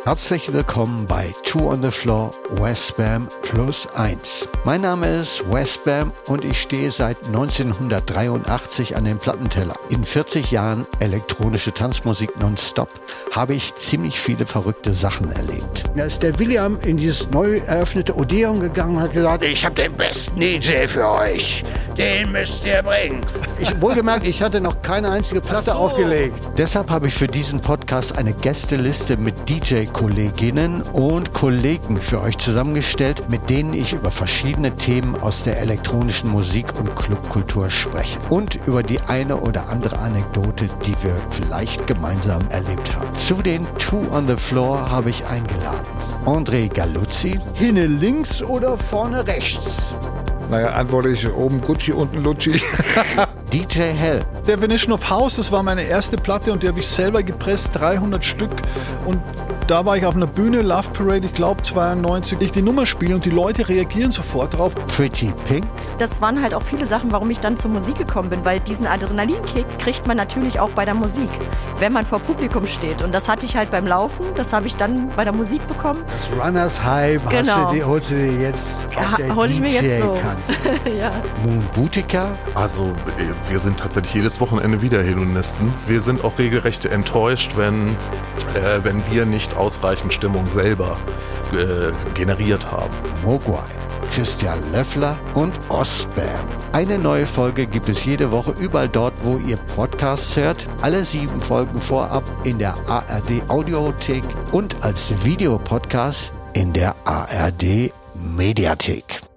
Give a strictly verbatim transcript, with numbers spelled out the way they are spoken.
Herzlich willkommen bei Two on the Floor Westbam plus eins. Mein Name ist Westbam und ich stehe seit neunzehnhundertdreiundachtzig an dem Plattenteller. In vierzig Jahren elektronische Tanzmusik nonstop habe ich ziemlich viele verrückte Sachen erlebt. Da ist der William in dieses neu eröffnete Odeon gegangen und hat gesagt, ich habe den besten D J für euch. Den müsst ihr bringen. Ich, wohlgemerkt, ich hatte noch keine einzige Platte so aufgelegt. Deshalb habe ich für diesen Podcast eine Gästeliste mit D J-Kolleginnen und Kollegen für euch zusammengestellt, mit denen ich über verschiedene Themen aus der elektronischen Musik- und Clubkultur spreche. Und über die eine oder andere Anekdote, die wir vielleicht gemeinsam erlebt haben. Zu den Two on the Floor habe ich eingeladen André Galuzzi. Hinne links oder vorne rechts? Naja, antworte ich oben Gucci, unten Lucci. D J Hell. Definition of House, das war meine erste Platte und die habe ich selber gepresst, dreihundert Stück. Und da war ich auf einer Bühne, Love Parade, ich glaube zweiundneunzig, ich die Nummer spiele und die Leute reagieren sofort drauf. Pretty Pink. Das waren halt auch viele Sachen, warum ich dann zur Musik gekommen bin, weil diesen Adrenalinkick kriegt man natürlich auch bei der Musik, wenn man vor Publikum steht. Und das hatte ich halt beim Laufen, das habe ich dann bei der Musik bekommen. Das Runners High genau. hast du dir, holst du dir jetzt auf der hol ich mir jetzt so. ja. Moon Boutica. Also wir sind tatsächlich jedes Wochenende wieder Hedonisten. Wir sind auch regelrecht enttäuscht, wenn, äh, wenn wir nicht ausreichend Stimmung selber äh, generiert haben. Mogwai, Christian Löffler und Osbam. Eine neue Folge gibt es jede Woche überall dort, wo ihr Podcasts hört. Alle sieben Folgen vorab in der A R D Audiothek und als Videopodcast in der A R D Mediathek.